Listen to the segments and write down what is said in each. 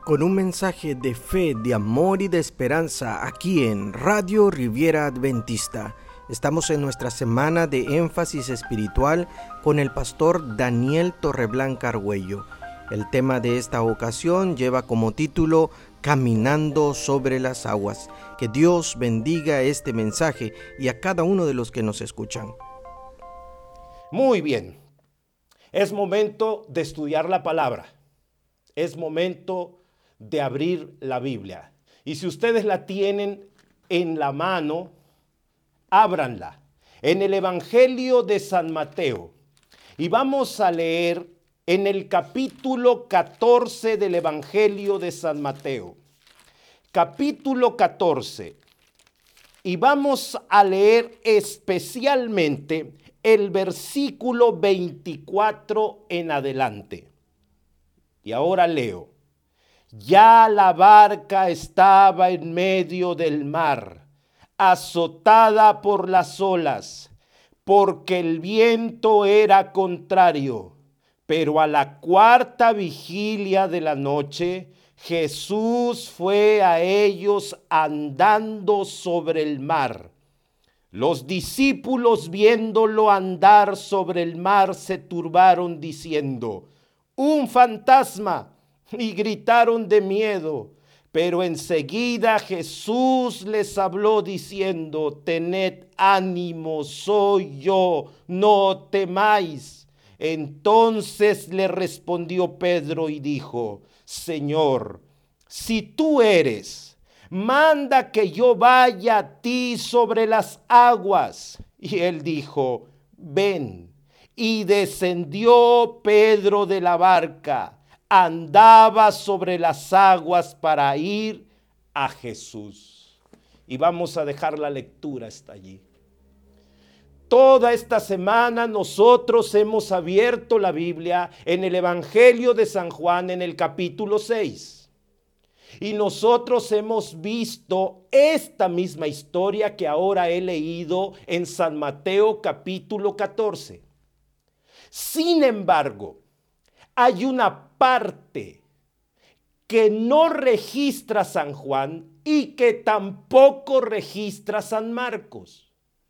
con un mensaje de fe, de amor y de esperanza aquí en Radio Riviera Adventista. Estamos en nuestra semana de énfasis espiritual con el pastor Daniel Torreblanca Argüello. El tema de esta ocasión lleva como título Caminando sobre las aguas. Que Dios bendiga este mensaje y a cada uno de los que nos escuchan. Muy bien, es momento de estudiar la palabra, es momento de abrir la Biblia. Y si ustedes la tienen en la mano, ábranla en el Evangelio de San Mateo. Y vamos a leer en el capítulo 14 del Evangelio de San Mateo. Capítulo 14. Y vamos a leer especialmente el versículo 24 en adelante. Y ahora leo. Ya la barca estaba en medio del mar, azotada por las olas, porque el viento era contrario. Pero a la cuarta vigilia de la noche, Jesús fue a ellos andando sobre el mar. Los discípulos, viéndolo andar sobre el mar, se turbaron diciendo: ¡un fantasma! Y gritaron de miedo. Pero enseguida Jesús les habló diciendo: tened ánimo, soy yo, no temáis. Entonces le respondió Pedro y dijo: Señor, si tú eres, manda que yo vaya a ti sobre las aguas. Y él dijo: ven. Y descendió Pedro de la barca, andaba sobre las aguas para ir a Jesús. Y vamos a dejar la lectura hasta allí. Toda esta semana nosotros hemos abierto la Biblia en el Evangelio de San Juan en el capítulo 6. Y nosotros hemos visto esta misma historia que ahora he leído en San Mateo capítulo 14. Sin embargo, hay una parte que no registra San Juan y que tampoco registra San Marcos.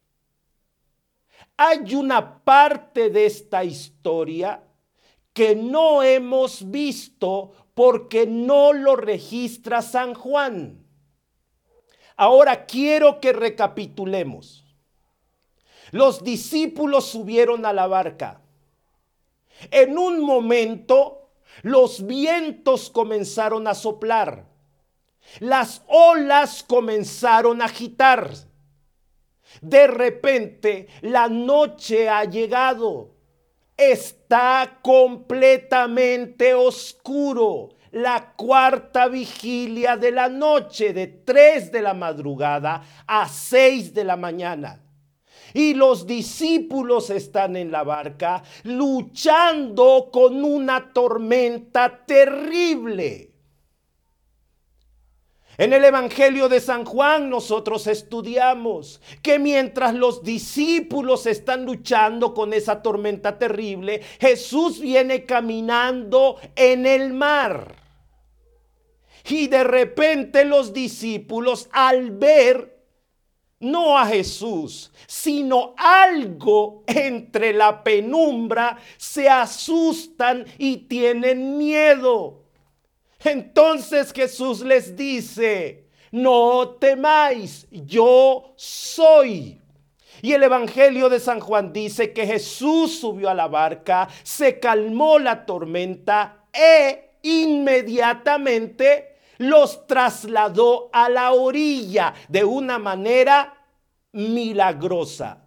Hay una parte de esta historia que no hemos visto porque no lo registra San Juan. Ahora quiero que recapitulemos. Los discípulos subieron a la barca. En un momento, los vientos comenzaron a soplar. Las olas comenzaron a agitar. De repente, la noche ha llegado. Está completamente oscuro. La cuarta vigilia de la noche, de 3 de la madrugada a 6 de la mañana. Y los discípulos están en la barca luchando con una tormenta terrible. En el Evangelio de San Juan nosotros estudiamos que mientras los discípulos están luchando con esa tormenta terrible, Jesús viene caminando en el mar. Y de repente los discípulos, al ver no a Jesús, sino algo entre la penumbra, se asustan y tienen miedo. Entonces Jesús les dice: no temáis, yo soy. Y el Evangelio de San Juan dice que Jesús subió a la barca, se calmó la tormenta e inmediatamente los trasladó a la orilla de una manera milagrosa.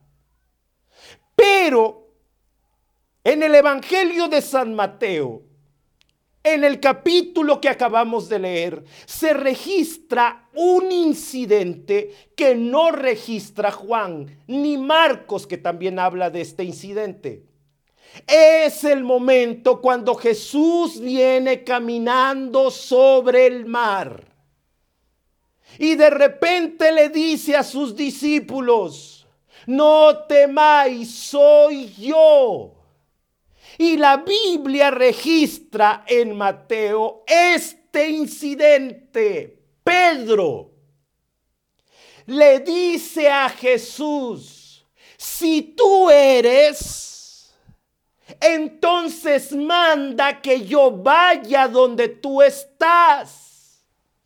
Pero en el Evangelio de San Mateo, en el capítulo que acabamos de leer, se registra un incidente que no registra Juan, ni Marcos, que también habla de este incidente. Es el momento cuando Jesús viene caminando sobre el mar. Y de repente le dice a sus discípulos: no temáis, soy yo. Y la Biblia registra en Mateo este este incidente, Pedro le dice a Jesús: si tú eres, entonces manda que yo vaya donde tú estás.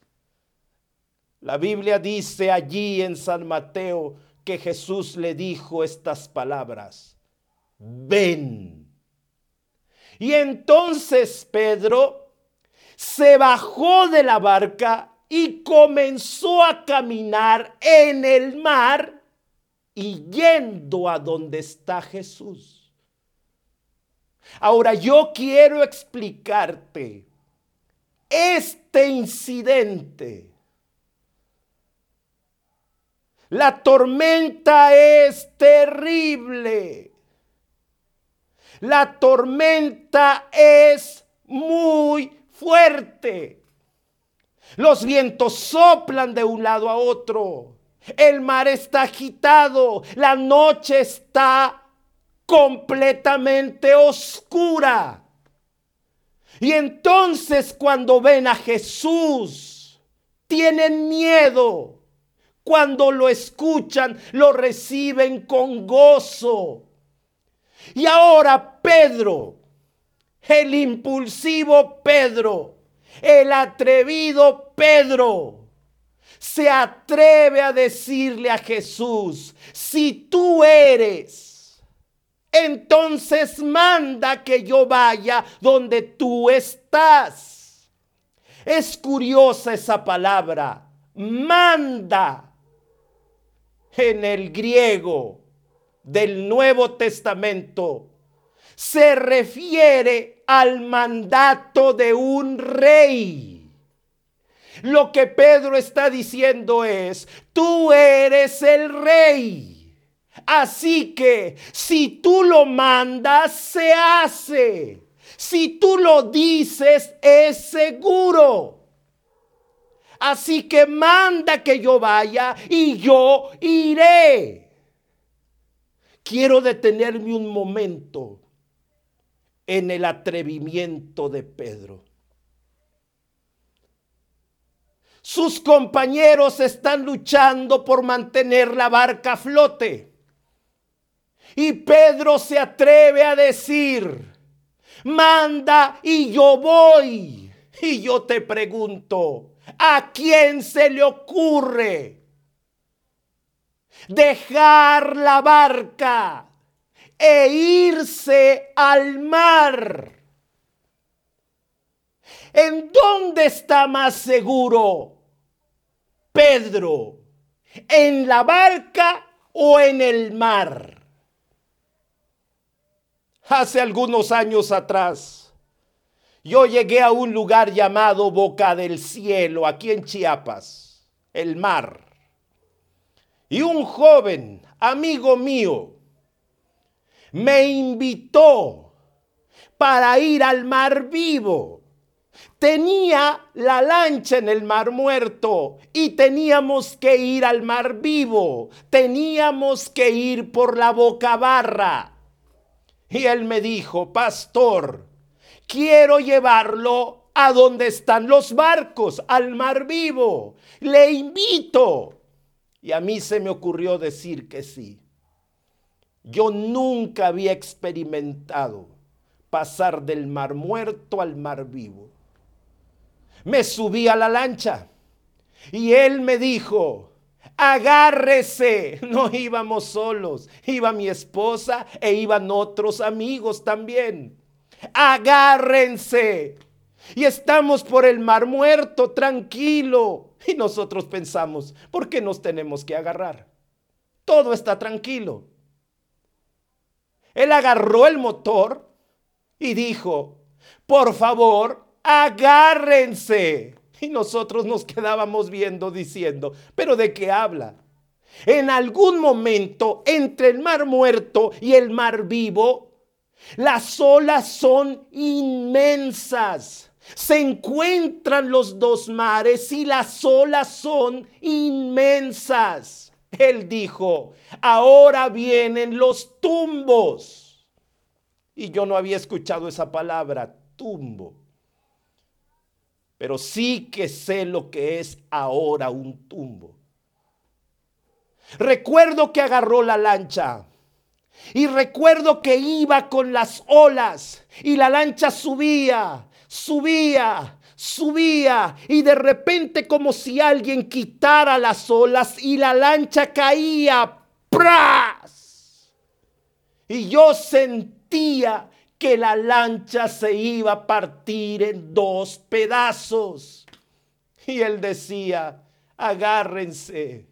La Biblia dice allí en San Mateo que Jesús le dijo estas palabras: ven. Y entonces Pedro se bajó de la barca y comenzó a caminar en el mar y yendo a donde está Jesús. Ahora yo quiero explicarte este incidente. La tormenta es terrible. La tormenta es muy fuerte. Los vientos soplan de un lado a otro. El mar está agitado. La noche está completamente oscura. Y entonces cuando ven a Jesús, tienen miedo. Cuando lo escuchan, lo reciben con gozo. Y ahora Pedro, el impulsivo Pedro, el atrevido Pedro, se atreve a decirle a Jesús: si tú eres, entonces manda que yo vaya donde tú estás. Es curiosa esa palabra, manda. En el griego del Nuevo Testamento se refiere al mandato de un rey. Lo que Pedro está diciendo es: tú eres el rey. Así que si tú lo mandas, se hace. Si tú lo dices, es seguro. Así que manda que yo vaya y yo iré. Quiero detenerme un momento en el atrevimiento de Pedro. Sus compañeros están luchando por mantener la barca a flote. Y Pedro se atreve a decir: manda y yo voy. Y yo te pregunto, ¿a quién se le ocurre dejar la barca e irse al mar? ¿En dónde está más seguro Pedro? ¿En la barca o en el mar? Hace algunos años atrás, yo llegué a un lugar llamado Boca del Cielo, aquí en Chiapas, el mar. Y un joven amigo mío me invitó para ir al Mar Vivo. Tenía la lancha en el Mar Muerto y teníamos que ir al Mar Vivo. Teníamos que ir por la Bocabarra. Y él me dijo: pastor, quiero llevarlo a donde están los barcos, al Mar Vivo. Le invito. Y a mí se me ocurrió decir que sí. Yo nunca había experimentado pasar del Mar Muerto al Mar Vivo. Me subí a la lancha y él me dijo: agárrese. No íbamos solos, iba mi esposa e iban otros amigos también. Agárrense. Y estamos por el Mar Muerto, tranquilo. Y nosotros pensamos: ¿por qué nos tenemos que agarrar? Todo está tranquilo. Él agarró el motor y dijo: por favor, agárrense. Y nosotros nos quedábamos viendo diciendo: ¿pero de qué habla? En algún momento entre el Mar Muerto y el Mar Vivo, las olas son inmensas. Se encuentran los dos mares y las olas son inmensas. Él dijo: ahora vienen los tumbos. Y yo no había escuchado esa palabra, tumbo. pero sí que sé lo que es ahora un tumbo. Recuerdo que agarró la lancha y recuerdo que iba con las olas y la lancha subía, y de repente como si alguien quitara las olas y la lancha caía. ¡Pras! Y yo sentía que la lancha se iba a partir en 2 pedazos. Y él decía, agárrense.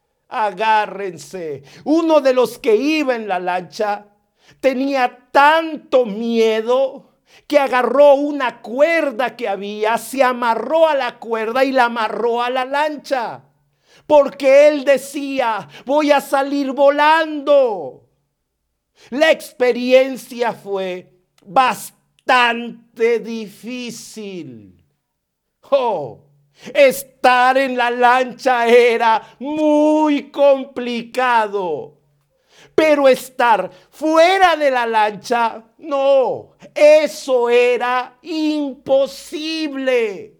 Uno de los que iba en la lancha tenía tanto miedo que agarró una cuerda que había, se amarró a la cuerda y la amarró a la lancha. Porque él decía, voy a salir volando. La experiencia fue bastante difícil. Estar en la lancha era muy complicado. Pero estar fuera de la lancha, no, eso era imposible.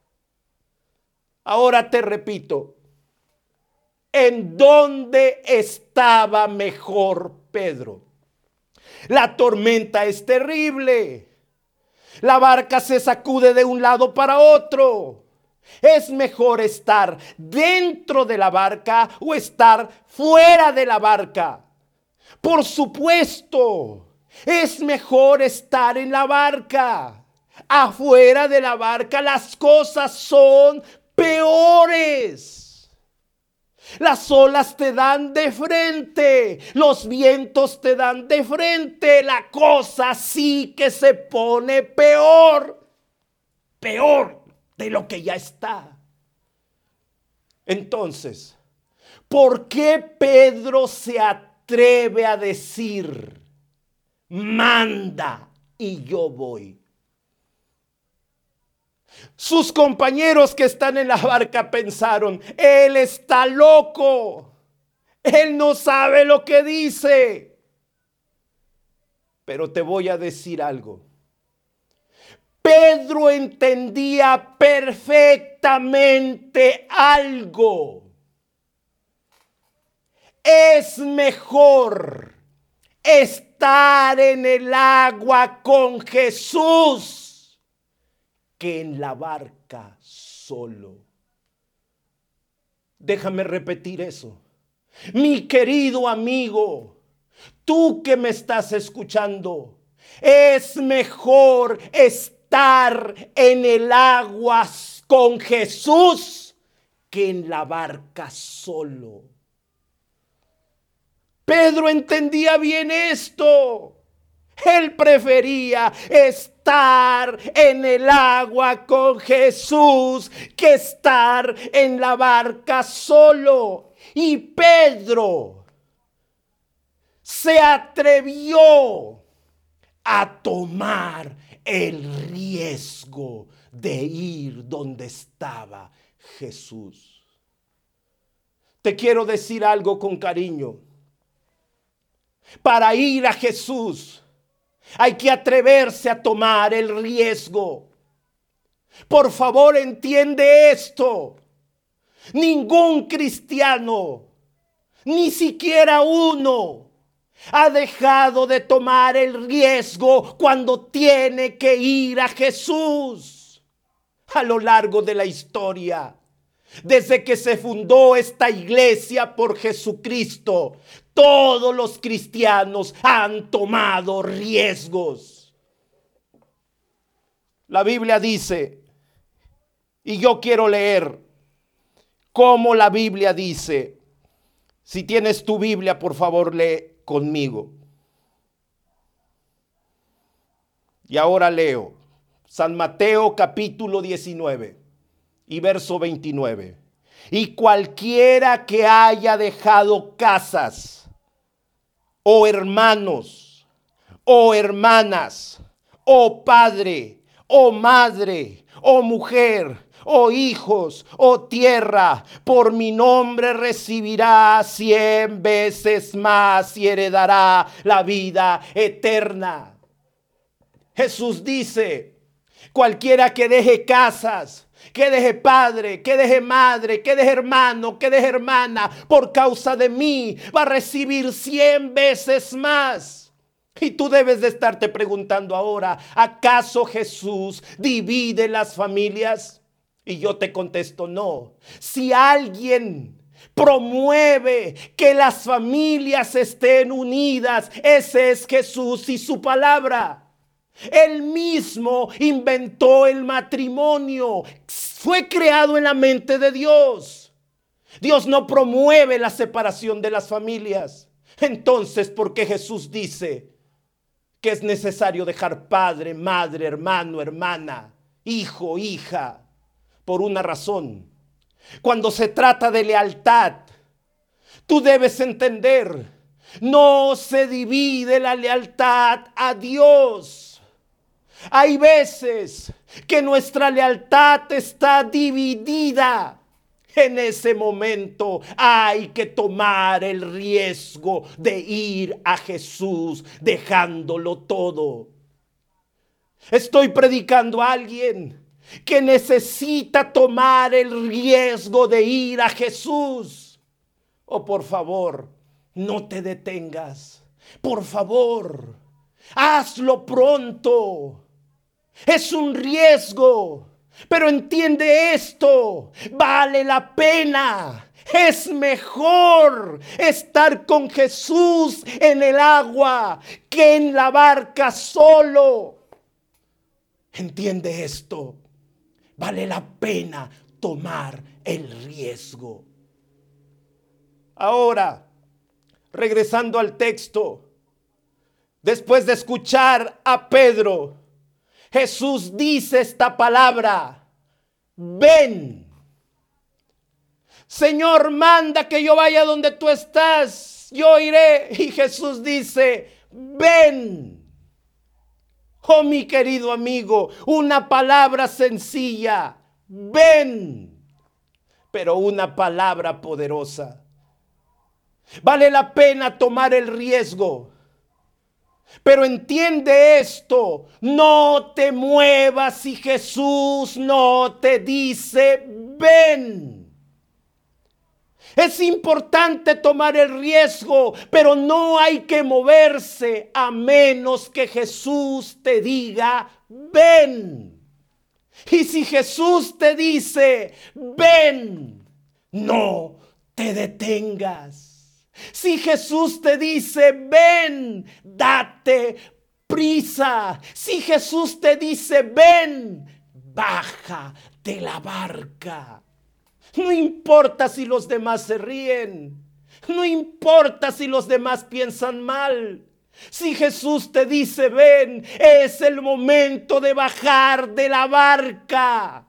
Ahora te repito, ¿en dónde estaba mejor Pedro? La tormenta es terrible. La barca se sacude de un lado para otro. ¿Es mejor estar dentro de la barca o estar fuera de la barca? Por supuesto, es mejor estar en la barca. Afuera de la barca las cosas son peores. Las olas te dan de frente, los vientos te dan de frente, la cosa sí que se pone peor de lo que ya está. Entonces, ¿por qué Pedro se atreve a decir, manda y yo voy? Sus compañeros que están en la barca pensaron, él está loco, él no sabe lo que dice. Pero te voy a decir algo. Pedro entendía perfectamente algo. Es mejor estar en el agua con Jesús que en la barca solo. Déjame repetir eso. Mi querido amigo, tú que me estás escuchando, es mejor estar en el agua con Jesús que en la barca solo. Pedro entendía bien esto. Él prefería estar en el agua con Jesús que estar en la barca solo. Y Pedro se atrevió a tomar el riesgo de ir donde estaba Jesús. Te quiero decir algo con cariño. Para ir a Jesús hay que atreverse a tomar el riesgo. Por favor, entiende esto. Ningún cristiano, ni siquiera uno, ha dejado de tomar el riesgo cuando tiene que ir a Jesús. A lo largo de la historia, desde que se fundó esta iglesia por Jesucristo, todos los cristianos han tomado riesgos. La Biblia dice, y yo quiero leer cómo la Biblia dice. Si tienes tu Biblia, por favor, lee conmigo. Y ahora leo San Mateo capítulo 19 y verso 29. Y cualquiera que haya dejado casas, o hermanos, o hermanas, o padre, o madre, o mujer, o hijos, o tierra, por mi nombre recibirá 100 veces más y heredará la vida eterna. Jesús dice, cualquiera que deje casas, que deje padre, que deje madre, que deje hermano, que deje hermana, por causa de mí, va a recibir 100 veces más. Y tú debes de estarte preguntando ahora, ¿acaso Jesús divide las familias? Y yo te contesto, no. Si alguien promueve que las familias estén unidas, ese es Jesús y su palabra. Él mismo inventó el matrimonio. Fue creado en la mente de Dios. Dios no promueve la separación de las familias. Entonces, ¿por qué Jesús dice que es necesario dejar padre, madre, hermano, hermana, hijo, hija? Por una razón. Cuando se trata de lealtad, tú debes entender, no se divide la lealtad a Dios. Hay veces que nuestra lealtad está dividida. En ese momento hay que tomar el riesgo de ir a Jesús dejándolo todo. Estoy predicando a alguien que necesita tomar el riesgo de ir a Jesús. Oh, por favor, no te detengas. Por favor, hazlo pronto. Es un riesgo, pero entiende esto, vale la pena. Es mejor estar con Jesús en el agua que en la barca solo. Entiende esto, vale la pena tomar el riesgo. Ahora, regresando al texto, después de escuchar a Pedro, Jesús dice esta palabra: ven. Señor, manda que yo vaya donde tú estás, yo iré. Y Jesús dice: ven. Oh, mi querido amigo, una palabra sencilla, ven, pero una palabra poderosa. Vale la pena tomar el riesgo. Pero entiende esto, no te muevas si Jesús no te dice ven. Es importante tomar el riesgo, pero no hay que moverse a menos que Jesús te diga ven. Y si Jesús te dice ven, no te detengas. Si Jesús te dice ven, date prisa. Si Jesús te dice ven, baja de la barca. No importa si los demás se ríen. No importa si los demás piensan mal. Si Jesús te dice ven, es el momento de bajar de la barca.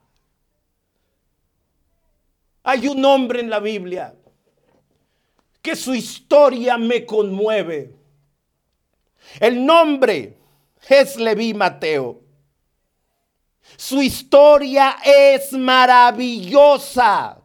Hay un hombre en la Biblia que su historia me conmueve. El nombre es Leví Mateo. Su historia es maravillosa.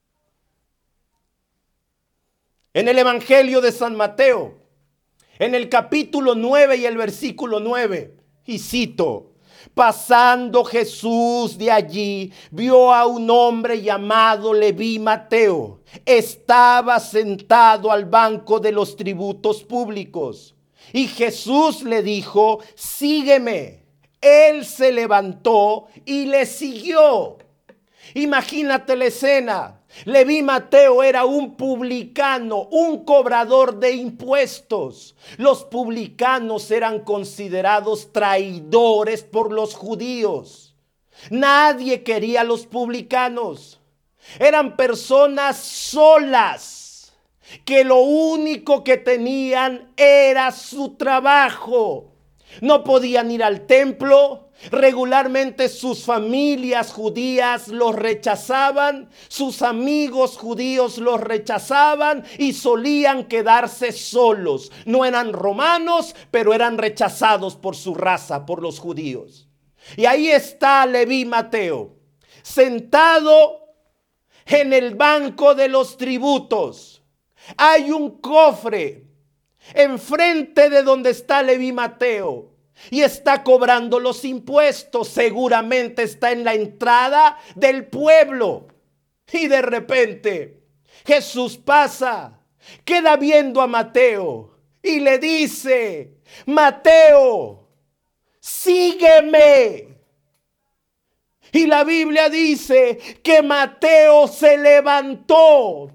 En el Evangelio de San Mateo, en el capítulo 9 y el versículo 9, y cito: pasando Jesús de allí, vio a un hombre llamado Leví Mateo. Estaba sentado al banco de los tributos públicos. Y Jesús le dijo: sígueme. Él se levantó y le siguió. Imagínate la escena. Leví Mateo era un publicano, un cobrador de impuestos. Los publicanos eran considerados traidores por los judíos. Nadie quería a los publicanos. Eran personas solas, que lo único que tenían era su trabajo. No podían ir al templo. Regularmente sus familias judías los rechazaban, sus amigos judíos los rechazaban y solían quedarse solos. No eran romanos, pero eran rechazados por su raza, por los judíos. Y ahí está Leví Mateo, sentado en el banco de los tributos. Hay un cofre enfrente de donde está Leví Mateo. y está cobrando los impuestos. Seguramente está en la entrada del pueblo. Y de repente Jesús pasa, queda viendo a Mateo y le dice: Mateo, sígueme. Y la Biblia dice que Mateo se levantó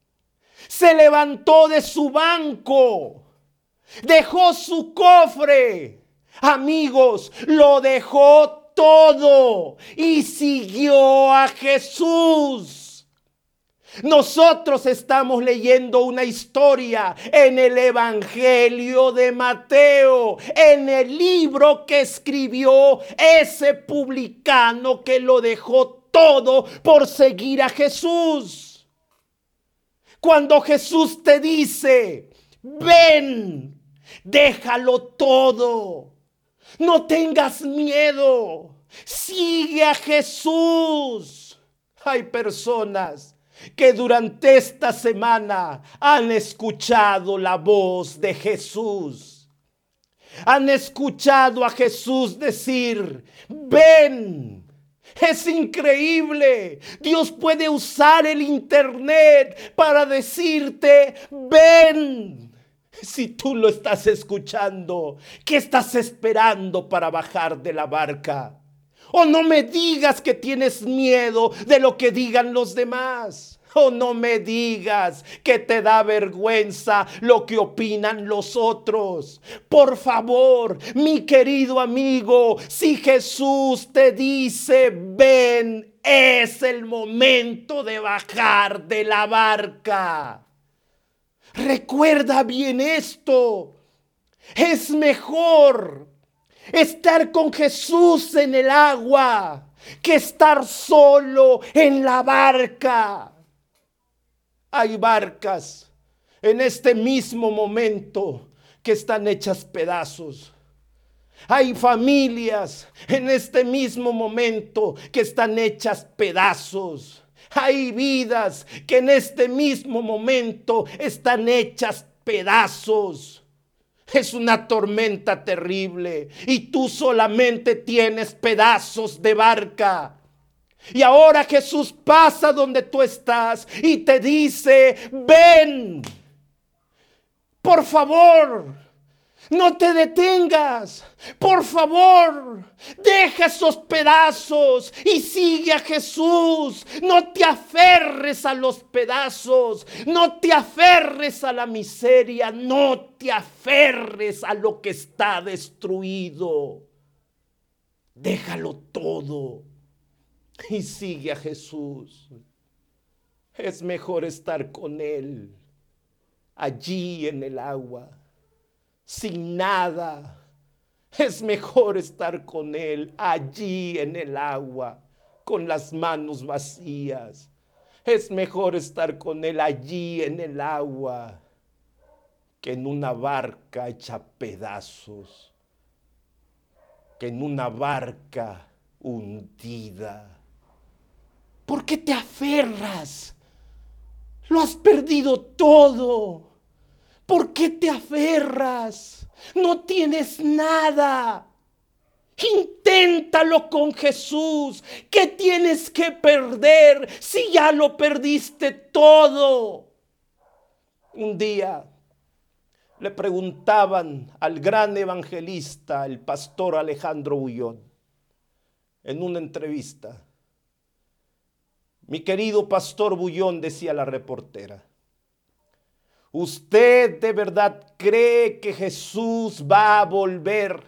de su banco, dejó su cofre, amigos, lo dejó todo y siguió a Jesús. Nosotros estamos leyendo una historia en el Evangelio de Mateo, en el libro que escribió ese publicano que lo dejó todo por seguir a Jesús. Cuando Jesús te dice: ven, déjalo todo, no tengas miedo, sigue a Jesús. Hay personas que durante esta semana han escuchado la voz de Jesús. Han escuchado a Jesús decir: ven. Es increíble. Dios puede usar el internet para decirte: ven. Si tú lo estás escuchando, ¿qué estás esperando para bajar de la barca? O no me digas que tienes miedo de lo que digan los demás. O no me digas que te da vergüenza lo que opinan los otros. Por favor, mi querido amigo, si Jesús te dice: ven, es el momento de bajar de la barca. Recuerda bien esto. Es mejor estar con Jesús en el agua que estar solo en la barca. Hay barcas en este mismo momento que están hechas pedazos. Hay familias en este mismo momento que están hechas pedazos. Hay vidas que en este mismo momento están hechas pedazos. Es una tormenta terrible y tú solamente tienes pedazos de barca. Y ahora Jesús pasa donde tú estás y te dice: ven, por favor, no te detengas, por favor, deja esos pedazos y sigue a Jesús. No te aferres a los pedazos, no te aferres a la miseria, no te aferres a lo que está destruido. Déjalo todo y sigue a Jesús. Es mejor estar con Él allí en el agua, sin nada. Es mejor estar con Él allí en el agua, con las manos vacías. Es mejor estar con Él allí en el agua que en una barca hecha pedazos, que en una barca hundida. ¿Por qué te aferras? Lo has perdido todo. ¿Por qué te aferras? No tienes nada. Inténtalo con Jesús. ¿Qué tienes que perder si ya lo perdiste todo? Un día le preguntaban al gran evangelista, el pastor Alejandro Bullón, en una entrevista: mi querido pastor Bullón, decía la reportera, ¿usted de verdad cree que Jesús va a volver?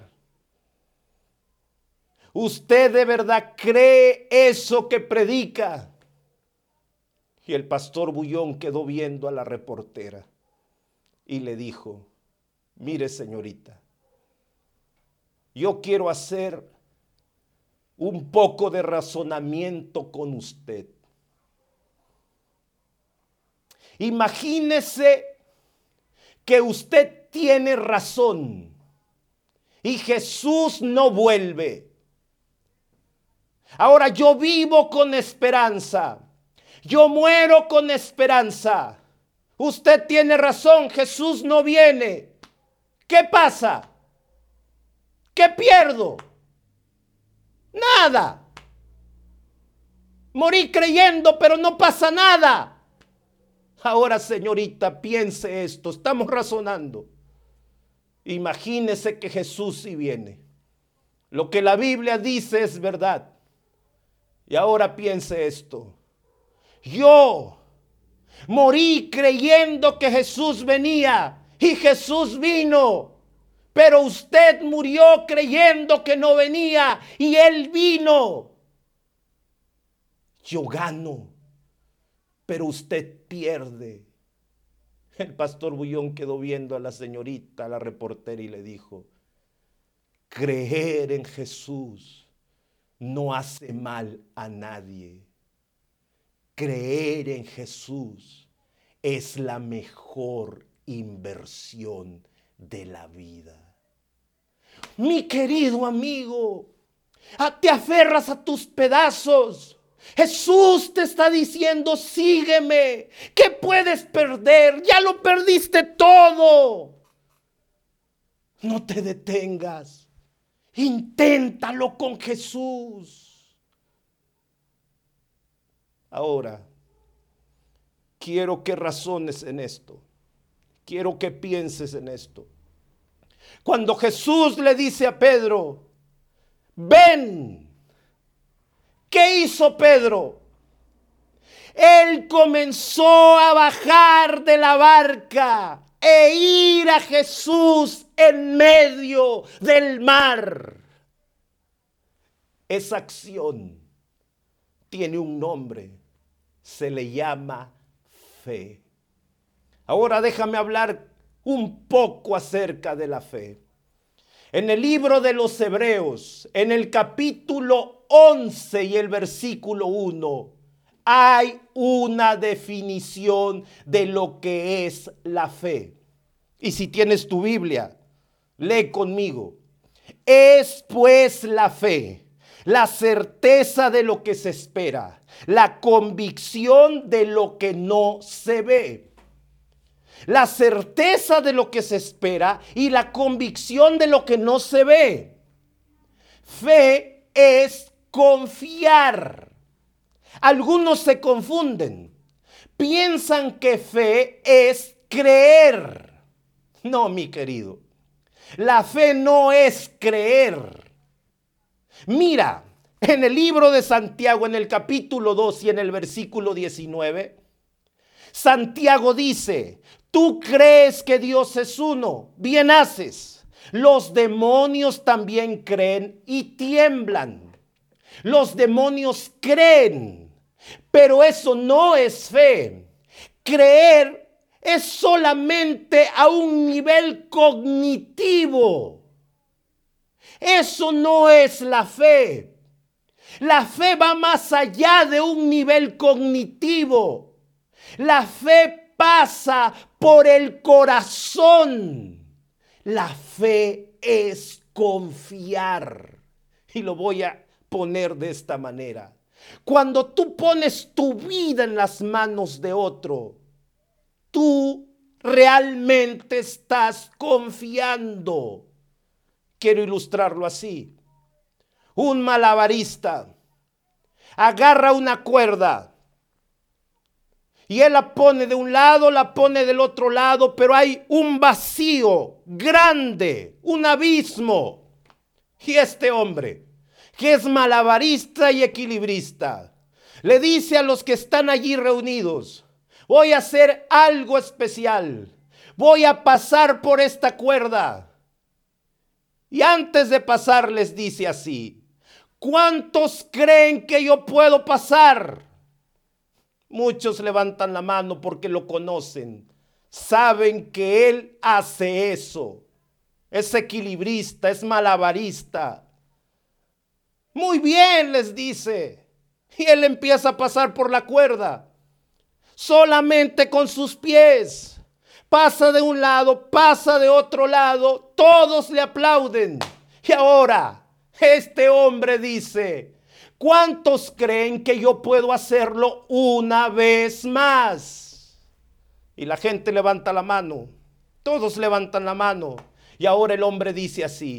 ¿Usted de verdad cree eso que predica? Y el pastor Bullón quedó viendo a la reportera y le dijo: mire, señorita, yo quiero hacer un poco de razonamiento con usted. Imagínese que usted tiene razón y Jesús no vuelve. Ahora yo vivo con esperanza, yo muero con esperanza. Usted tiene razón, Jesús no viene. ¿Qué pasa? ¿Qué pierdo? Nada. Morí creyendo, pero no pasa nada. Ahora, señorita, piense esto. Estamos razonando. Imagínese que Jesús sí viene. Lo que la Biblia dice es verdad. Y ahora piense esto. Yo morí creyendo que Jesús venía y Jesús vino. Pero usted murió creyendo que no venía y Él vino. Yo gano, pero usted pierde. El pastor Bullón quedó viendo a la señorita, a la reportera, y le dijo: creer en Jesús no hace mal a nadie. Creer en Jesús es la mejor inversión de la vida. Mi querido amigo, te aferras a tus pedazos. Jesús te está diciendo: sígueme. ¿Qué puedes perder? Ya lo perdiste todo. No te detengas. Inténtalo con Jesús. Ahora, quiero que razones en esto. Quiero que pienses en esto. Cuando Jesús le dice a Pedro: ven. ¿Qué hizo Pedro? Él comenzó a bajar de la barca e ir a Jesús en medio del mar. Esa acción tiene un nombre. Se le llama fe. Ahora déjame hablar un poco acerca de la fe. En el libro de los Hebreos, en el capítulo 11 y el versículo 1, hay una definición de lo que es la fe. Y si tienes tu Biblia, lee conmigo. Es pues la fe, la certeza de lo que se espera, la convicción de lo que no se ve. La certeza de lo que se espera y la convicción de lo que no se ve. Fe es confiar. Algunos se confunden. Piensan que fe es creer. No, mi querido. La fe no es creer. Mira, en el libro de Santiago, en el capítulo 2 y en el versículo 19, Santiago dice: tú crees que Dios es uno, bien haces. Los demonios también creen y tiemblan. Los demonios creen, pero eso no es fe. Creer es solamente a un nivel cognitivo. Eso no es la fe. La fe va más allá de un nivel cognitivo. La fe pasa por el corazón. La fe es confiar. Y lo voy a poner de esta manera. Cuando tú pones tu vida en las manos de otro, tú realmente estás confiando. Quiero ilustrarlo así. Un malabarista agarra una cuerda y él la pone de un lado, la pone del otro lado, pero hay un vacío grande, un abismo. Y este hombre, que es malabarista y equilibrista, le dice a los que están allí reunidos: voy a hacer algo especial. Voy a pasar por esta cuerda. Y antes de pasar les dice así: ¿cuántos creen que yo puedo pasar? Muchos levantan la mano porque lo conocen. Saben que él hace eso. Es equilibrista, es malabarista. Muy bien, les dice. Y él empieza a pasar por la cuerda. Solamente con sus pies. Pasa de un lado, pasa de otro lado. Todos le aplauden. Y ahora, este hombre dice: ¿cuántos creen que yo puedo hacerlo una vez más? Y la gente levanta la mano. Todos levantan la mano. Y ahora el hombre dice así: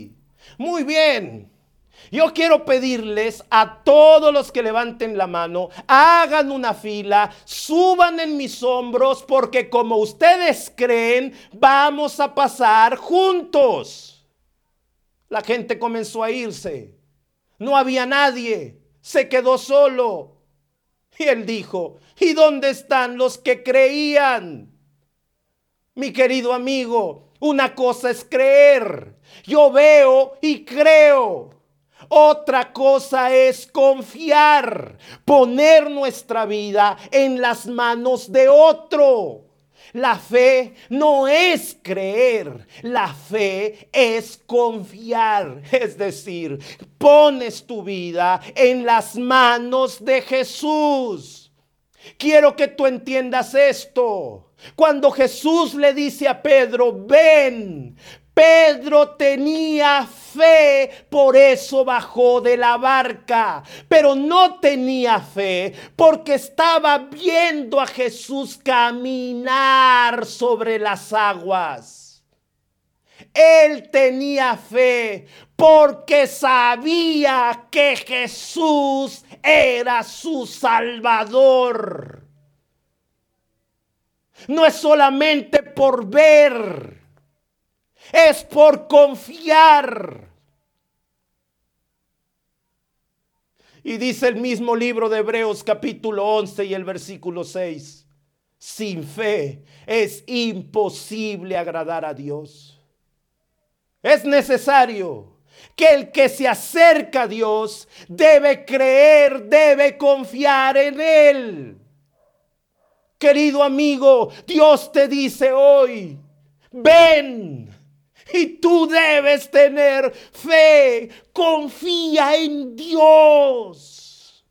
Muy bien. Yo quiero pedirles a todos los que levanten la mano, hagan una fila, suban en mis hombros, porque como ustedes creen, vamos a pasar juntos. La gente comenzó a irse. No había nadie. Se quedó solo. Y él dijo, ¿y dónde están los que creían? Mi querido amigo, una cosa es creer. Yo veo y creo. Otra cosa es confiar, poner nuestra vida en las manos de otro. La fe no es creer, la fe es confiar. Es decir, pones tu vida en las manos de Jesús. Quiero que tú entiendas esto. Cuando Jesús le dice a Pedro, ven, Pedro tenía fe, por eso bajó de la barca, pero no tenía fe porque estaba viendo a Jesús caminar sobre las aguas. Él tenía fe porque sabía que Jesús era su Salvador. No es solamente por ver, es por confiar. Y dice el mismo libro de Hebreos capítulo 11 y el versículo 6. Sin fe es imposible agradar a Dios. Es necesario que el que se acerca a Dios debe creer, debe confiar en Él. Querido amigo, Dios te dice hoy, ven. Y tú debes tener fe, confía en Dios.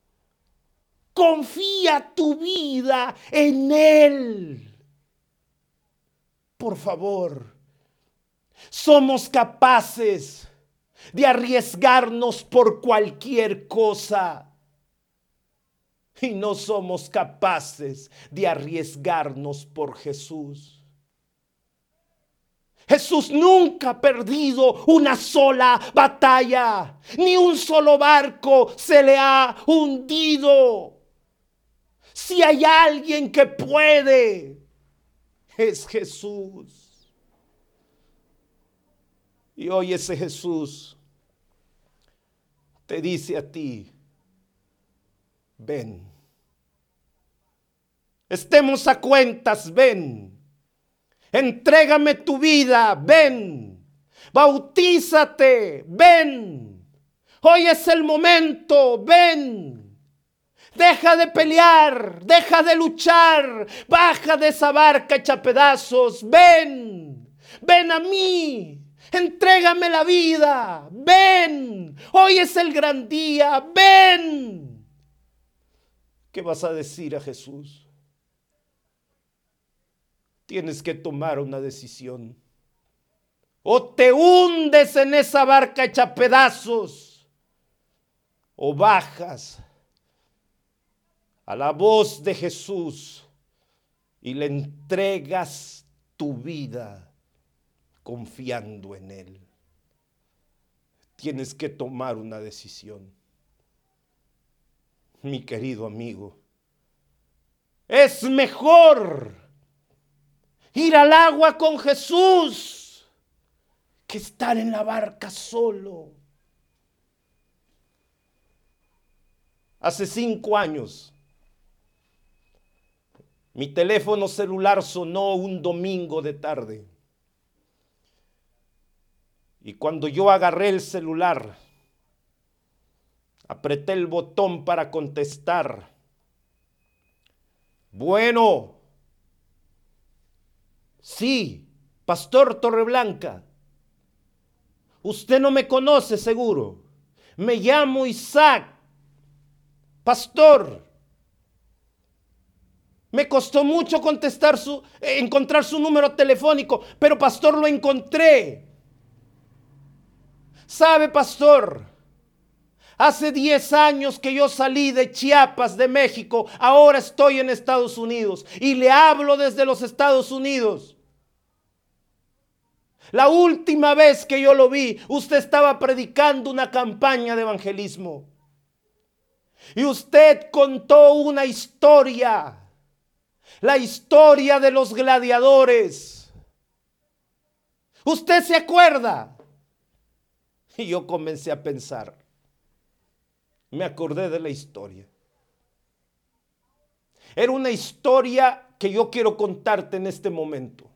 Confía tu vida en Él. Por favor, somos capaces de arriesgarnos por cualquier cosa. Y no somos capaces de arriesgarnos por Jesús. Jesús nunca ha perdido una sola batalla, ni un solo barco se le ha hundido. Si hay alguien que puede, es Jesús. Y hoy ese Jesús te dice a ti, ven. Estemos a cuentas, ven. Entrégame tu vida, ven. Bautízate, ven. Hoy es el momento, ven. Deja de pelear, deja de luchar, baja de esa barca hecha pedazos, ven. Ven a mí, entrégame la vida, ven. Hoy es el gran día, ven. ¿Qué vas a decir a Jesús? Tienes que tomar una decisión. O te hundes en esa barca hecha pedazos, o bajas a la voz de Jesús y le entregas tu vida confiando en Él. Tienes que tomar una decisión. Mi querido amigo, es mejor ir al agua con Jesús que estar en la barca solo. Hace 5 años, mi teléfono celular sonó un domingo de tarde. Y cuando yo agarré el celular, apreté el botón para contestar. Bueno, sí, Pastor Torreblanca. Usted no me conoce seguro. Me llamo Isaac. Pastor. Me costó mucho encontrar su número telefónico, pero pastor, lo encontré. ¿Sabe, pastor? Hace 10 años que yo salí de Chiapas, de México. Ahora estoy en Estados Unidos y le hablo desde los Estados Unidos. La última vez que yo lo vi, usted estaba predicando una campaña de evangelismo. Y usted contó una historia, la historia de los gladiadores. ¿Usted se acuerda? Y yo comencé a pensar. Me acordé de la historia. Era una historia que yo quiero contarte en este momento.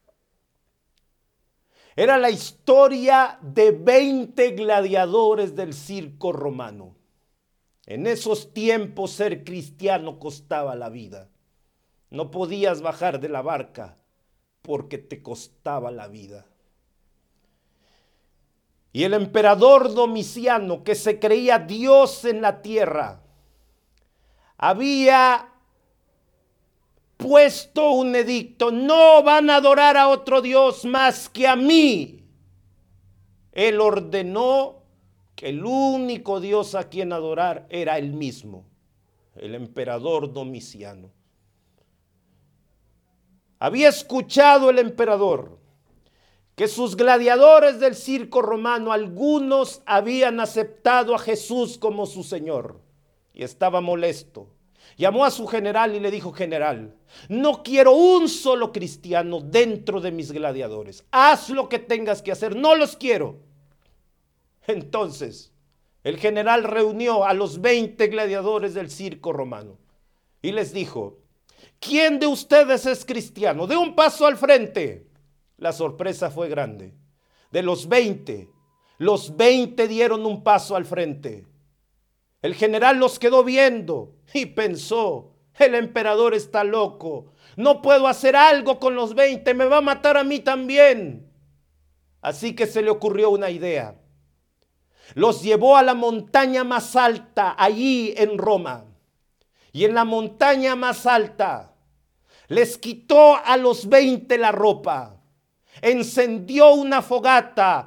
Era la historia de 20 gladiadores del circo romano. En esos tiempos ser cristiano costaba la vida. No podías bajar de la barca porque te costaba la vida. Y el emperador Domiciano, que se creía Dios en la tierra, había puesto un edicto: no van a adorar a otro Dios más que a mí. Él ordenó que el único Dios a quien adorar era él mismo, el emperador Domiciano. Había escuchado el emperador que sus gladiadores del circo romano, algunos habían aceptado a Jesús como su Señor, y estaba molesto. Llamó a su general y le dijo: general, no quiero un solo cristiano dentro de mis gladiadores. Haz lo que tengas que hacer, no los quiero. Entonces, el general reunió a los 20 gladiadores del circo romano y les dijo: ¿quién de ustedes es cristiano? De un paso al frente. La sorpresa fue grande. De los 20 dieron un paso al frente. El general los quedó viendo y pensó: el emperador está loco. No puedo hacer algo con los 20, me va a matar a mí también. Así que se le ocurrió una idea. Los llevó a la montaña más alta, allí en Roma. Y en la montaña más alta les quitó a los 20 la ropa. Encendió una fogata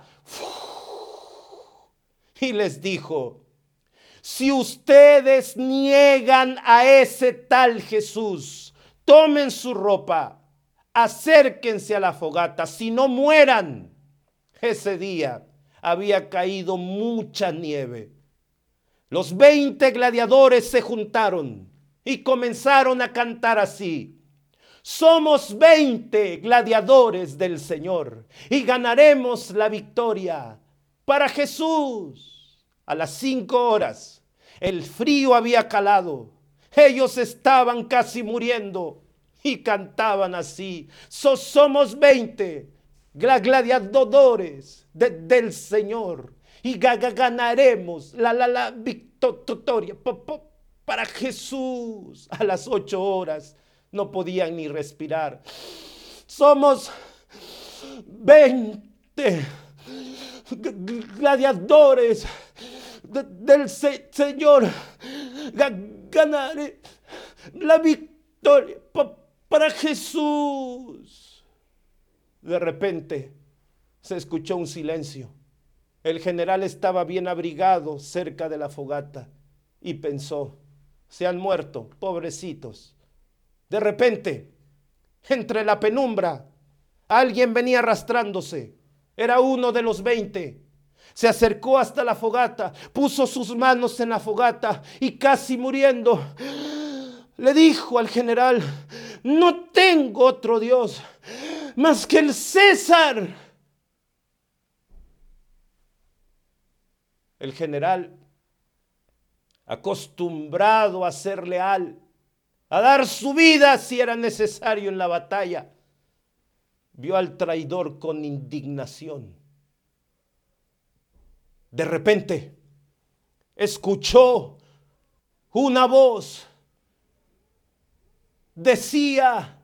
y les dijo: si ustedes niegan a ese tal Jesús, tomen su ropa, acérquense a la fogata, si no mueran. Ese día había caído mucha nieve. Los 20 gladiadores se juntaron y comenzaron a cantar así: somos 20 gladiadores del Señor y ganaremos la victoria para Jesús. A las 5 horas, el frío había calado. Ellos estaban casi muriendo y cantaban así: somos 20 gladiadores del Señor y ganaremos la victoria para Jesús. A las 8 horas no podían ni respirar. Somos 20 gladiadores del Señor. Ganaré la victoria para Jesús. De repente se escuchó un silencio. El general estaba bien abrigado cerca de la fogata y pensó: se han muerto, pobrecitos. De repente, entre la penumbra, alguien venía arrastrándose. Era uno de los 20. Se acercó hasta la fogata, puso sus manos en la fogata y casi muriendo, le dijo al general: no tengo otro Dios más que el César. El general, acostumbrado a ser leal, a dar su vida si era necesario en la batalla, vio al traidor con indignación. De repente, escuchó una voz. Decía: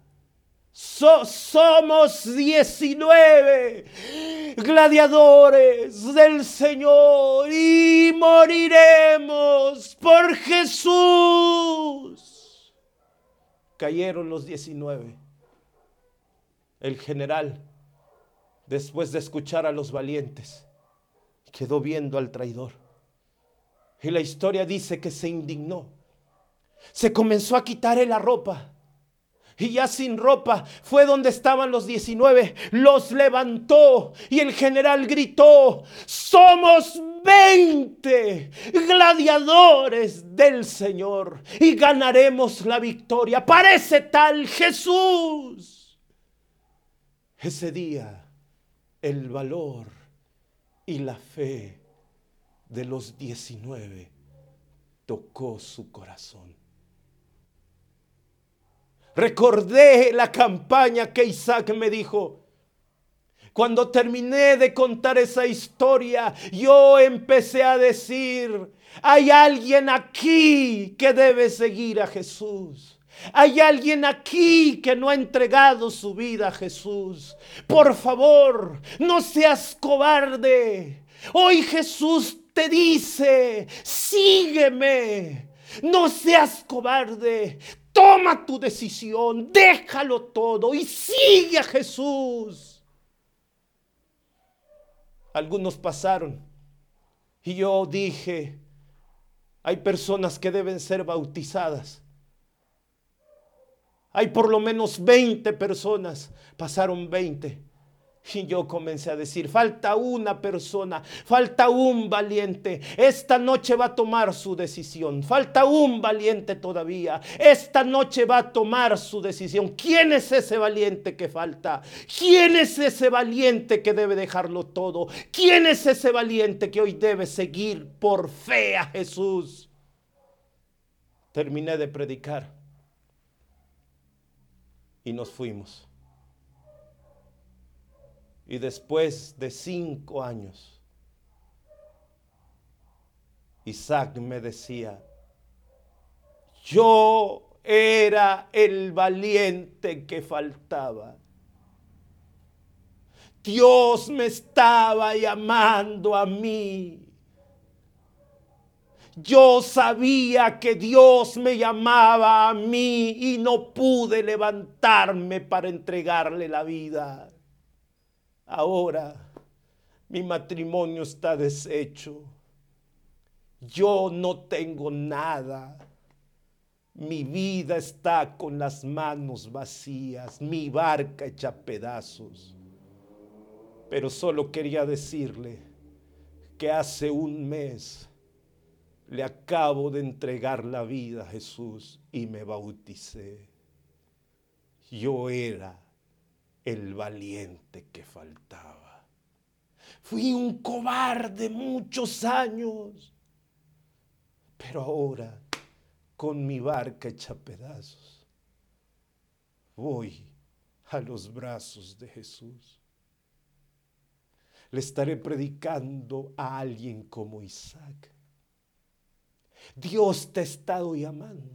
somos 19 gladiadores del Señor y moriremos por Jesús. Cayeron los 19. El general, después de escuchar a los valientes, quedó viendo al traidor. Y la historia dice que se indignó. Se comenzó a quitarle la ropa y ya sin ropa fue donde estaban los 19, los levantó y el general gritó: somos 20 gladiadores del Señor y ganaremos la victoria. Parece tal Jesús. Ese día el valor y la fe de los 19 tocó su corazón. Recordé la campaña que Isaac me dijo. Cuando terminé de contar esa historia, yo empecé a decir: hay alguien aquí que debe seguir a Jesús. Hay alguien aquí que no ha entregado su vida a Jesús. Por favor, no seas cobarde. Hoy Jesús te dice: sígueme. No seas cobarde. Toma tu decisión, déjalo todo y sigue a Jesús. Algunos pasaron y yo dije: hay personas que deben ser bautizadas. Hay por lo menos 20 personas. Pasaron 20. Y yo comencé a decir: falta una persona, falta un valiente. Esta noche va a tomar su decisión. Falta un valiente todavía. Esta noche va a tomar su decisión. ¿Quién es ese valiente que falta? ¿Quién es ese valiente que debe dejarlo todo? ¿Quién es ese valiente que hoy debe seguir por fe a Jesús? Terminé de predicar y nos fuimos. Y después de 5 años, Isaac me decía: yo era el valiente que faltaba. Dios me estaba llamando a mí. Yo sabía que Dios me llamaba a mí y no pude levantarme para entregarle la vida. Ahora mi matrimonio está deshecho. Yo no tengo nada. Mi vida está con las manos vacías, mi barca hecha pedazos. Pero solo quería decirle que hace un mes le acabo de entregar la vida a Jesús y me bauticé. Yo era el valiente que faltaba. Fui un cobarde muchos años, pero ahora, con mi barca hecha pedazos, voy a los brazos de Jesús. Le estaré predicando a alguien como Isaac. Dios te ha estado llamando.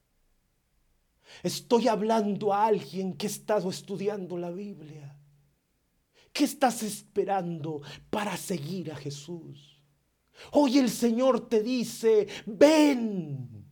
Estoy hablando a alguien que ha estado estudiando la Biblia. ¿Qué estás esperando para seguir a Jesús? Hoy el Señor te dice: ven,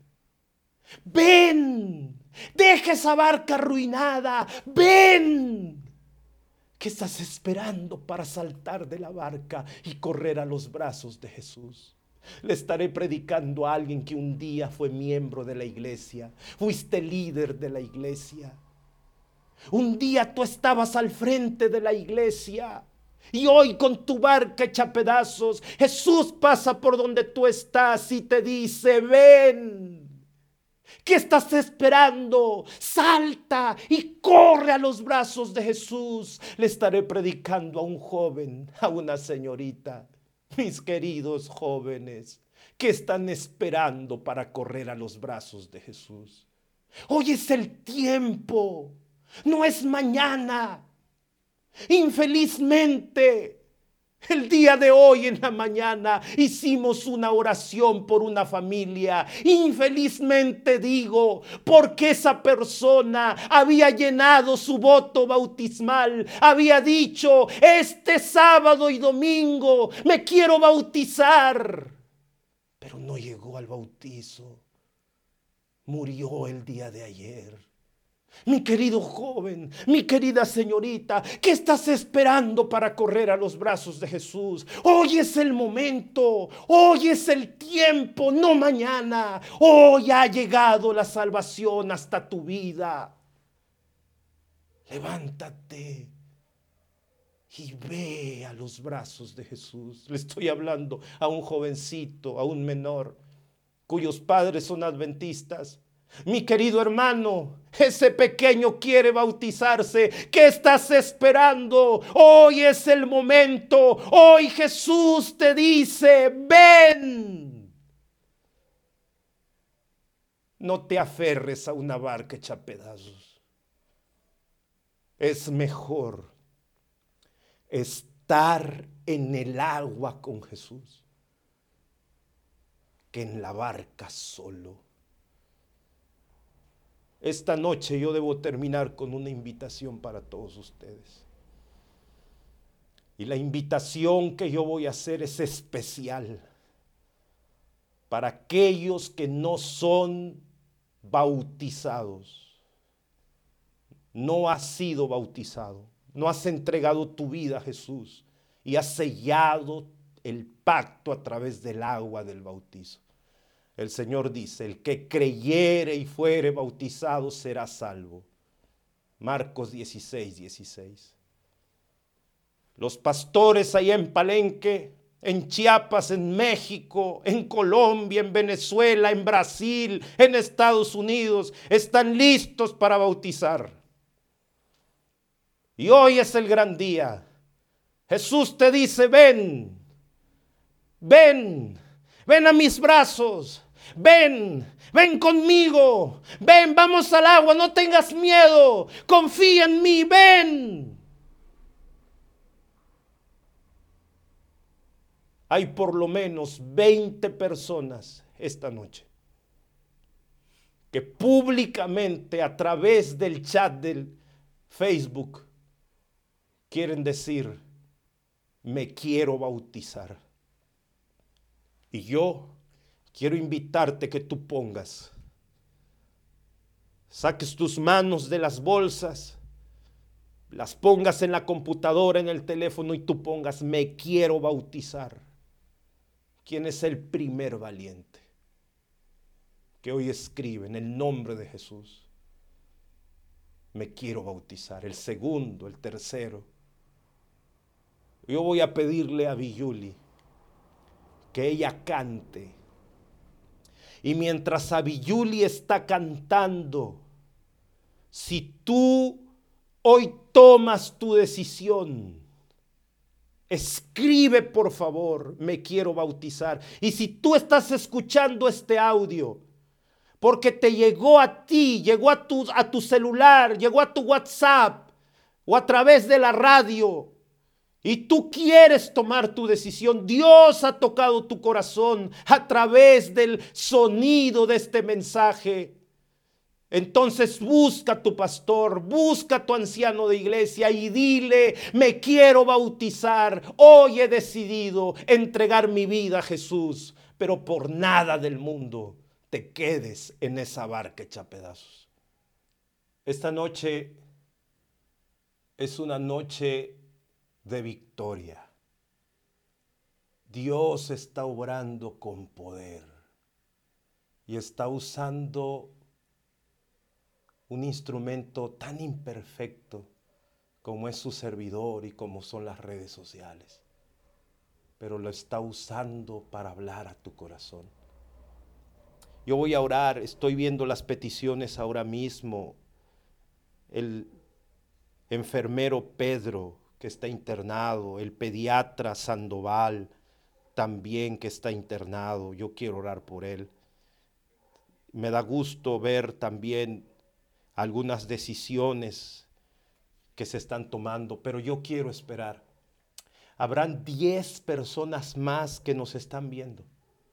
ven, deja esa barca arruinada, ven. ¿Qué estás esperando para saltar de la barca y correr a los brazos de Jesús? Le estaré predicando a alguien que un día fue miembro de la iglesia. Fuiste líder de la iglesia. Un día tú estabas al frente de la iglesia. Y hoy, con tu barca hecha pedazos, Jesús pasa por donde tú estás y te dice: ven. ¿Qué estás esperando? Salta y corre a los brazos de Jesús. Le estaré predicando a un joven, a una señorita. Mis queridos jóvenes, ¿qué están esperando para correr a los brazos de Jesús? Hoy es el tiempo, no es mañana. Infelizmente, el día de hoy en la mañana hicimos una oración por una familia. Infelizmente digo, porque esa persona había llenado su voto bautismal. Había dicho: este sábado y domingo me quiero bautizar. Pero no llegó al bautizo. Murió el día de ayer. Mi querido joven, mi querida señorita, ¿qué estás esperando para correr a los brazos de Jesús? Hoy es el momento, hoy es el tiempo, no mañana. Hoy ha llegado la salvación hasta tu vida. Levántate y ve a los brazos de Jesús. Le estoy hablando a un jovencito, a un menor, cuyos padres son adventistas. Mi querido hermano, ese pequeño quiere bautizarse. ¿Qué estás esperando? Hoy es el momento. Hoy Jesús te dice, ven. No te aferres a una barca hecha pedazos. Es mejor estar en el agua con Jesús que en la barca solo. Esta noche yo debo terminar con una invitación para todos ustedes. Y la invitación que yo voy a hacer es especial para aquellos que no son bautizados. No has sido bautizado, no has entregado tu vida a Jesús y has sellado el pacto a través del agua del bautizo. El Señor dice, el que creyere y fuere bautizado será salvo. Marcos 16:16. Los pastores allá en Palenque, en Chiapas, en México, en Colombia, en Venezuela, en Brasil, en Estados Unidos, están listos para bautizar. Y hoy es el gran día. Jesús te dice, ven, ven, ven a mis brazos, ven, ven conmigo, ven, vamos al agua, no tengas miedo, confía en mí, ven. Hay por lo menos 20 personas esta noche que públicamente a través del chat del Facebook quieren decir, me quiero bautizar. Y yo quiero invitarte que tú saques tus manos de las bolsas, las pongas en la computadora, en el teléfono y tú pongas, me quiero bautizar. ¿Quién es el primer valiente que hoy escribe en el nombre de Jesús? Me quiero bautizar. El segundo, el tercero. Yo voy a pedirle a Viyuli que ella cante. Y mientras Viyuli está cantando, si tú hoy tomas tu decisión, escribe por favor, me quiero bautizar. Y si tú estás escuchando este audio, porque te llegó a ti, llegó a tu celular, llegó a tu WhatsApp o a través de la radio, y tú quieres tomar tu decisión, Dios ha tocado tu corazón a través del sonido de este mensaje. Entonces busca a tu pastor, busca a tu anciano de iglesia y dile, me quiero bautizar. Hoy he decidido entregar mi vida a Jesús, pero por nada del mundo te quedes en esa barca hecha pedazos. Esta noche es una noche de victoria. Dios está obrando con poder y está usando un instrumento tan imperfecto como es su servidor y como son las redes sociales, pero lo está usando para hablar a tu corazón. Yo voy a orar, estoy viendo las peticiones ahora mismo. El enfermero Pedro, que está internado, el pediatra Sandoval, también que está internado, yo quiero orar por él. Me da gusto ver también algunas decisiones que se están tomando, pero yo quiero esperar. Habrán 10 personas más que nos están viendo.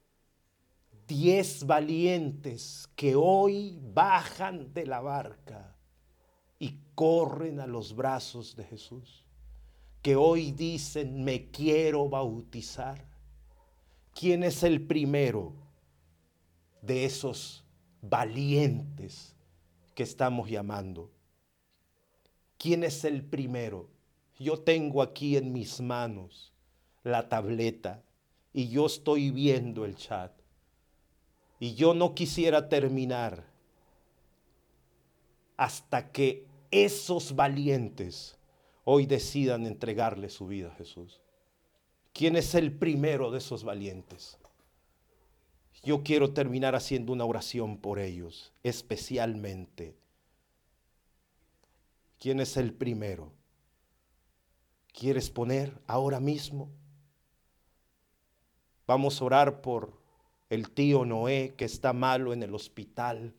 10 valientes que hoy bajan de la barca y corren a los brazos de Jesús. Que hoy dicen, me quiero bautizar. ¿Quién es el primero de esos valientes que estamos llamando? ¿Quién es el primero? Yo tengo aquí en mis manos la tableta y yo estoy viendo el chat. Y yo no quisiera terminar hasta que esos valientes hoy decidan entregarle su vida a Jesús. ¿Quién es el primero de esos valientes? Yo quiero terminar haciendo una oración por ellos, especialmente. ¿Quién es el primero? ¿Quieres poner ahora mismo? Vamos a orar por el tío Noé que está malo en el hospital.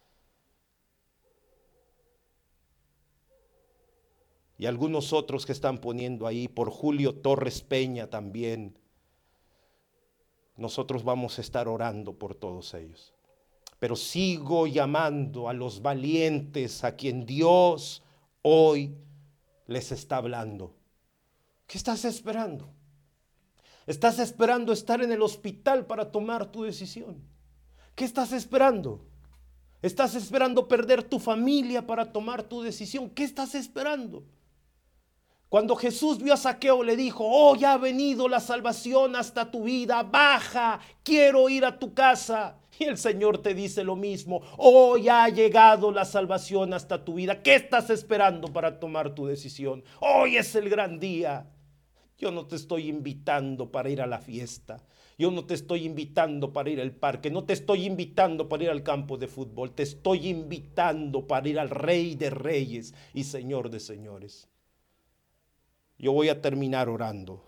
Y algunos otros que están poniendo ahí, por Julio Torres Peña también. Nosotros vamos a estar orando por todos ellos. Pero sigo llamando a los valientes a quien Dios hoy les está hablando. ¿Qué estás esperando? ¿Estás esperando estar en el hospital para tomar tu decisión? ¿Qué estás esperando? ¿Estás esperando perder tu familia para tomar tu decisión? ¿Qué estás esperando? Cuando Jesús vio a Zaqueo, le dijo: oh, ya ha venido la salvación hasta tu vida, baja, quiero ir a tu casa. Y el Señor te dice lo mismo: oh, ya ha llegado la salvación hasta tu vida. ¿Qué estás esperando para tomar tu decisión? Hoy es el gran día. Yo no te estoy invitando para ir a la fiesta. Yo no te estoy invitando para ir al parque. No te estoy invitando para ir al campo de fútbol. Te estoy invitando para ir al Rey de Reyes y Señor de Señores. Yo voy a terminar orando.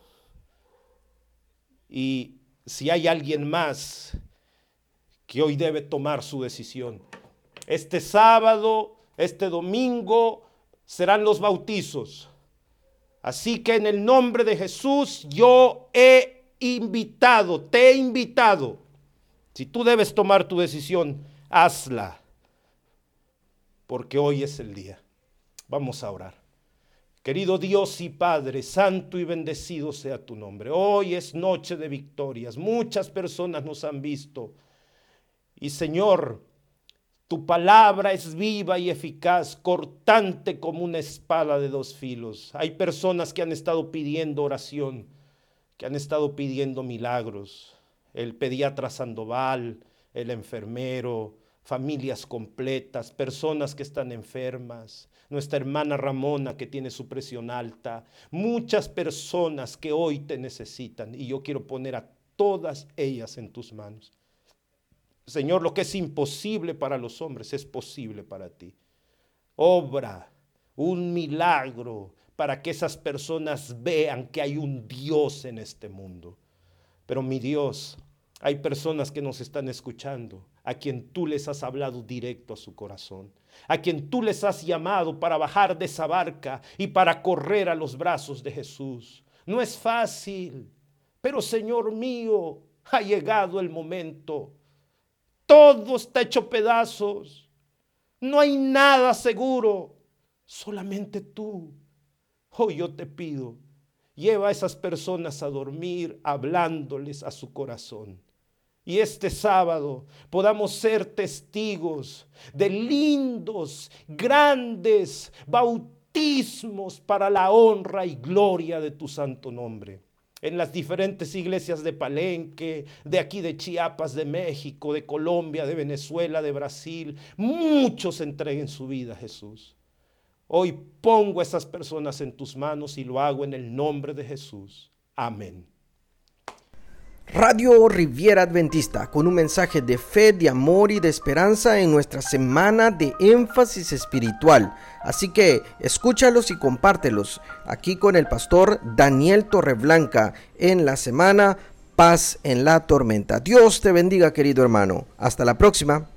Y si hay alguien más que hoy debe tomar su decisión, este sábado, este domingo serán los bautizos. Así que en el nombre de Jesús yo te he invitado. Si tú debes tomar tu decisión, hazla, porque hoy es el día. Vamos a orar. Querido Dios y Padre, santo y bendecido sea tu nombre. Hoy es noche de victorias. Muchas personas nos han visto. Y Señor, tu palabra es viva y eficaz, cortante como una espada de dos filos. Hay personas que han estado pidiendo oración, que han estado pidiendo milagros. El pediatra Sandoval, el enfermero, familias completas, personas que están enfermas, nuestra hermana Ramona que tiene su presión alta, muchas personas que hoy te necesitan, y yo quiero poner a todas ellas en tus manos. Señor, lo que es imposible para los hombres es posible para ti. Obra un milagro para que esas personas vean que hay un Dios en este mundo. Pero mi Dios, hay personas que nos están escuchando, a quien tú les has hablado directo a su corazón, a quien tú les has llamado para bajar de esa barca y para correr a los brazos de Jesús. No es fácil, pero Señor mío, ha llegado el momento. Todo está hecho pedazos, no hay nada seguro, solamente tú. Hoy yo te pido, lleva a esas personas a dormir hablándoles a su corazón. Y este sábado podamos ser testigos de lindos, grandes bautismos para la honra y gloria de tu santo nombre. En las diferentes iglesias de Palenque, de aquí de Chiapas, de México, de Colombia, de Venezuela, de Brasil, muchos entreguen su vida a Jesús. Hoy pongo a esas personas en tus manos y lo hago en el nombre de Jesús. Amén. Radio Riviera Adventista, con un mensaje de fe, de amor y de esperanza en nuestra semana de énfasis espiritual. Así que escúchalos y compártelos aquí con el pastor Daniel Torreblanca en la semana Paz en la Tormenta. Dios te bendiga, querido hermano. Hasta la próxima.